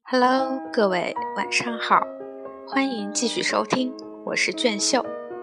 Hello， 各位晚上好，欢迎继续收听，我是卷秀。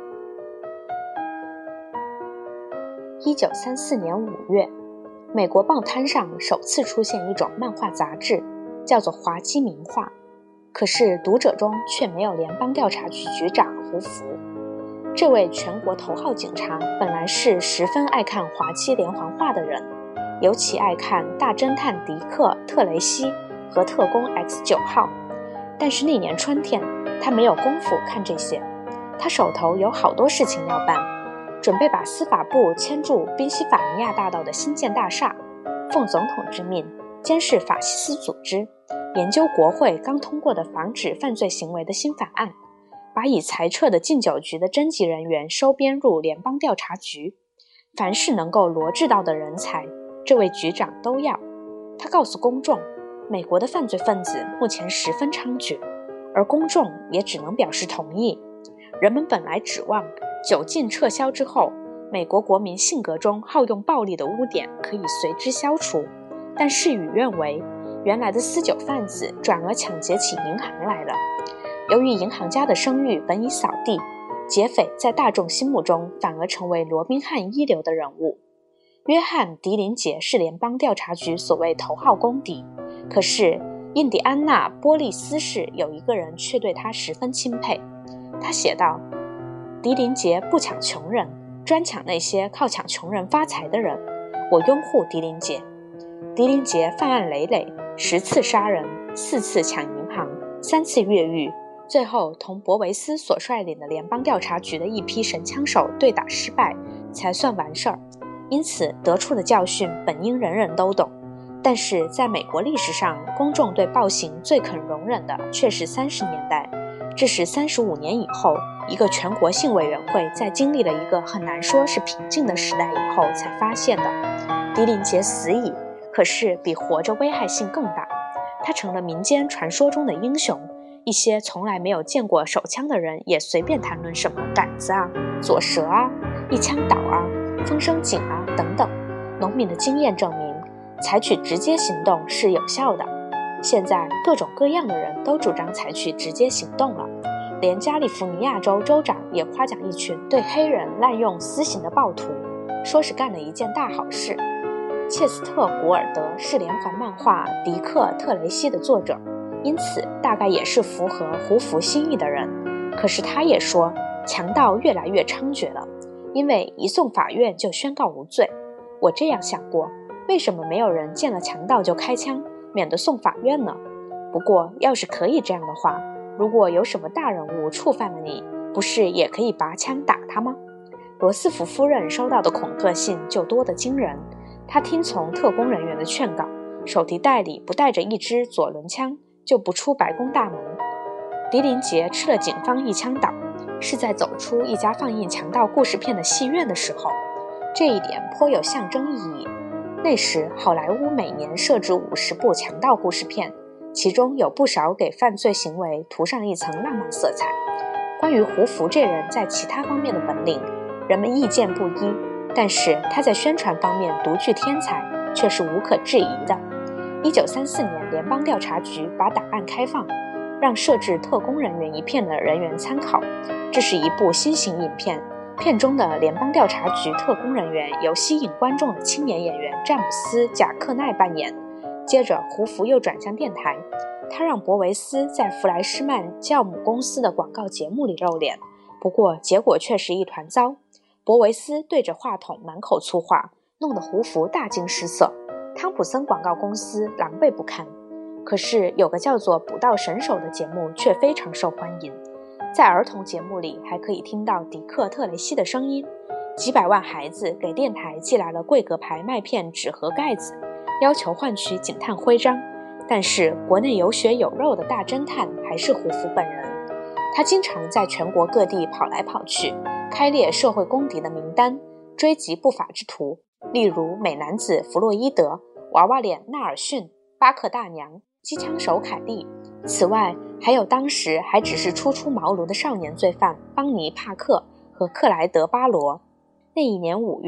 1934年5月，美国报摊上首次出现一种漫画杂志，叫做滑稽名画。可是读者中却没有联邦调查局局长胡佛。这位全国头号警察本来是十分爱看滑稽连环画的人，尤其爱看大侦探迪克·特雷西和特工 X9 号。但是那年春天，他没有功夫看这些，他手头有好多事情要办，准备把司法部迁驻宾夕法尼亚大道的新建大厦，奉总统之命监视法西斯组织，研究国会刚通过的防止犯罪行为的新法案，把已裁撤的禁酒局的侦缉人员收编入联邦调查局。凡是能够罗致到的人才，这位局长都要。他告诉公众，美国的犯罪分子目前十分猖獗，而公众也只能表示同意。人们本来指望酒禁撤销之后，美国国民性格中好用暴力的污点可以随之消除，但事与愿违，原来的私酒贩子转而抢劫起银行来了。由于银行家的声誉本已扫地，劫匪在大众心目中反而成为罗宾汉一流的人物。约翰·狄林杰是联邦调查局所谓头号公敌，可是印第安纳波利斯市有一个人却对他十分钦佩。他写道，狄林杰不抢穷人，专抢那些靠抢穷人发财的人。我拥护狄林杰。狄林杰犯案累累，10次杀人，4次抢银行，3次越狱，最后同博维斯所率领的联邦调查局的一批神枪手对打失败，才算完事儿。因此得出的教训本应人人都懂，但是在美国历史上，公众对暴行最肯容忍的却是30年代。这是35年以后，一个全国性委员会在经历了一个很难说是平静的时代以后才发现的。狄林杰死矣，可是比活着危害性更大。他成了民间传说中的英雄，一些从来没有见过手枪的人也随便谈论什么杆子啊、左蛇啊、一枪倒啊、风声紧啊等等。农民的经验证明，采取直接行动是有效的。现在各种各样的人都主张采取直接行动了，连加利福尼亚州州长也夸奖一群对黑人滥用私刑的暴徒，说是干了一件大好事。切斯特·古尔德是连环漫画《迪克·特雷西》的作者，因此大概也是符合胡佛心意的人。可是他也说，强盗越来越猖獗了，因为一送法院就宣告无罪。我这样想过，为什么没有人见了强盗就开枪，免得送法院呢？不过要是可以这样的话，如果有什么大人物触犯了你，不是也可以拔枪打他吗？罗斯福夫人收到的恐吓信就多得惊人。她听从特工人员的劝告，手提袋里不带着一支左轮枪就不出白宫大门。狄林杰吃了警方一枪倒，是在走出一家放映强盗故事片的戏院的时候，这一点颇有象征意义。那时好莱坞每年设置50部强盗故事片，其中有不少给犯罪行为涂上一层浪漫色彩。关于胡佛这人在其他方面的本领，人们意见不一，但是他在宣传方面独具天才却是无可置疑的。1934年，联邦调查局把档案开放，让设置特工人员一片的人员参考。这是一部新型影片，片中的联邦调查局特工人员由吸引观众的青年演员詹姆斯·贾克奈扮演。接着胡佛又转向电台，他让博维斯在弗莱施曼酵母公司的广告节目里露脸，不过结果却是一团糟。博维斯对着话筒满口粗话，弄得胡佛大惊失色。汤普森广告公司狼狈不堪。可是有个叫做捕盗神手的节目却非常受欢迎，在儿童节目里还可以听到迪克·特雷西的声音。几百万孩子给电台寄来了贵格牌麦片纸盒盖子，要求换取警探徽章。但是国内有血有肉的大侦探还是胡佛本人。他经常在全国各地跑来跑去，开列社会公敌的名单，追击不法之徒，例如美男子弗洛伊德、娃娃脸纳尔逊、巴克大娘、机枪手凯利。此外还有当时还只是初出茅庐的少年罪犯邦尼·帕克和克莱德·巴罗。那一年5月，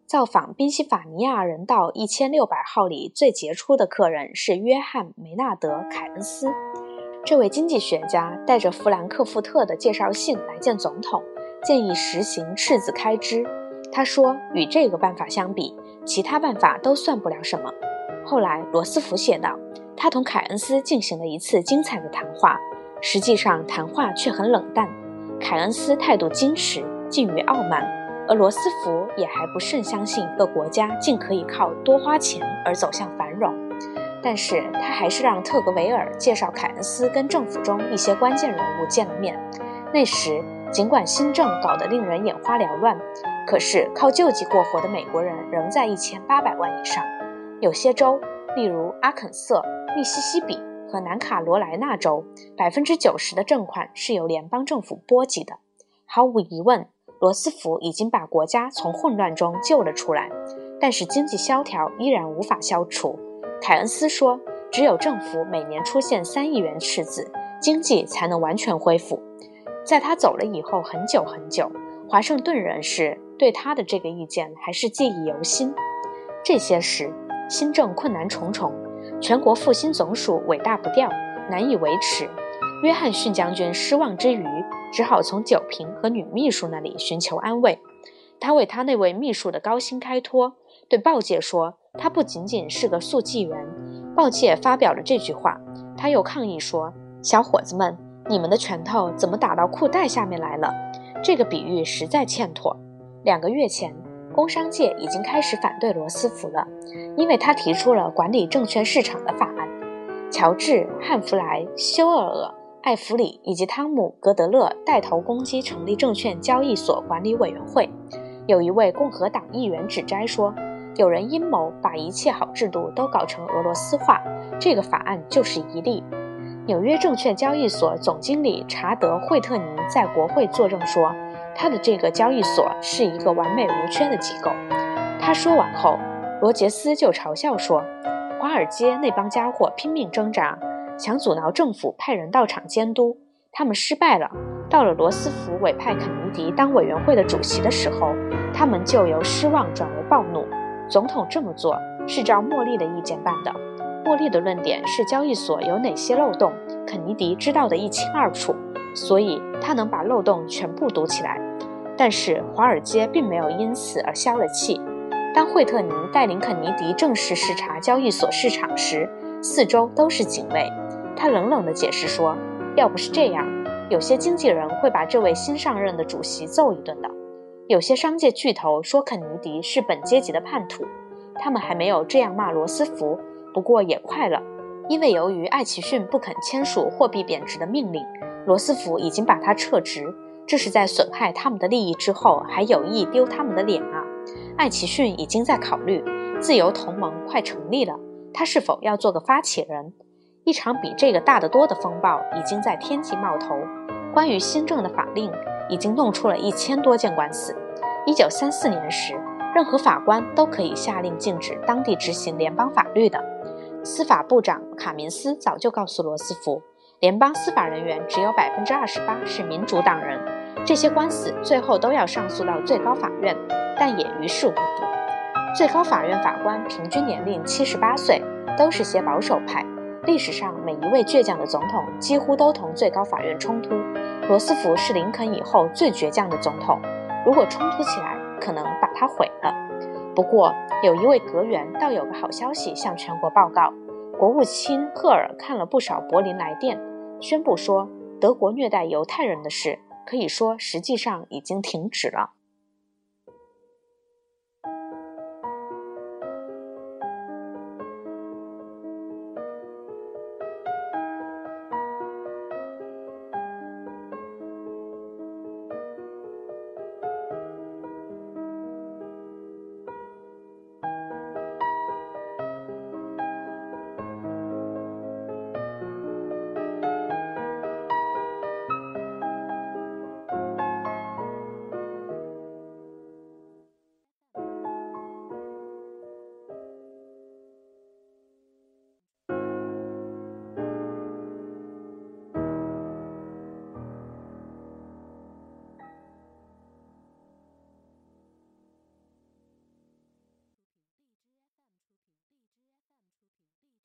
造访宾夕法尼亚人道1600号里最杰出的客人是约翰·梅纳德·凯恩斯。这位经济学家带着弗兰克福特的介绍信来见总统，建议实行赤字开支。他说，与这个办法相比，其他办法都算不了什么。后来罗斯福写道，他同凯恩斯进行了一次精彩的谈话，实际上谈话却很冷淡。凯恩斯态度矜持，近于傲慢，而罗斯福也还不甚相信一个国家竟可以靠多花钱而走向繁荣。但是他还是让特格维尔介绍凯恩斯跟政府中一些关键人物见了面。那时尽管新政搞得令人眼花缭乱，可是靠救济过活的美国人仍在1800万以上。有些州，例如阿肯色、密西西比和南卡罗来纳州，90%的政款是由联邦政府拨给的。毫无疑问，罗斯福已经把国家从混乱中救了出来，但是经济萧条依然无法消除。凯恩斯说，只有政府每年出现3亿元赤字，经济才能完全恢复。在他走了以后很久很久，华盛顿人士对他的这个意见还是记忆犹新。这些时，新政困难重重，全国复兴总署尾大不掉，难以维持。约翰逊将军失望之余，只好从酒瓶和女秘书那里寻求安慰。他为他那位秘书的高薪开脱，对报界说，他不仅仅是个速记员。报界发表了这句话，他又抗议说，小伙子们，你们的拳头怎么打到裤带下面来了？这个比喻实在欠妥。2个月前，工商界已经开始反对罗斯福了，因为他提出了管理证券市场的法案。乔治、汉弗莱、休尔尔、艾弗里以及汤姆·格德勒带头攻击成立证券交易所管理委员会。有一位共和党议员指摘说，有人阴谋把一切好制度都搞成俄罗斯化，这个法案就是一例。纽约证券交易所总经理查德·惠特尼在国会作证说，他的这个交易所是一个完美无缺的机构。他说完后，罗杰斯就嘲笑说，华尔街那帮家伙拼命挣扎，想阻挠政府派人到场监督，他们失败了。到了罗斯福委派肯尼迪当委员会的主席的时候，他们就由失望转为暴怒。总统这么做是照莫利的意见办的。莫利的论点是交易所有哪些漏洞，肯尼迪知道得一清二楚，所以他能把漏洞全部堵起来。但是华尔街并没有因此而消了气。当惠特尼带领肯尼迪正式视察交易所市场时，四周都是警卫。他冷冷地解释说，要不是这样，有些经纪人会把这位新上任的主席揍一顿的。有些商界巨头说肯尼迪是本阶级的叛徒，他们还没有这样骂罗斯福，不过也快了，因为由于艾奇逊不肯签署货币贬值的命令，罗斯福已经把他撤职，这是在损害他们的利益之后还有意丢他们的脸啊。艾奇逊已经在考虑，自由同盟快成立了，他是否要做个发起人。一场比这个大得多的风暴已经在天际冒头，关于新政的法令已经弄出了1000多件官司。1934年时，任何法官都可以下令禁止当地执行联邦法律的。司法部长卡明斯早就告诉罗斯福，联邦司法人员只有28%是民主党人，这些官司最后都要上诉到最高法院，但也于事无补。最高法院法官平均年龄78岁，都是些保守派。历史上每一位倔强的总统几乎都同最高法院冲突，罗斯福是林肯以后最倔强的总统，如果冲突起来，可能把他毁了。不过有一位阁员倒有个好消息向全国报告，国务卿赫尔看了不少柏林来电，宣布说德国虐待犹太人的事可以说实际上已经停止了。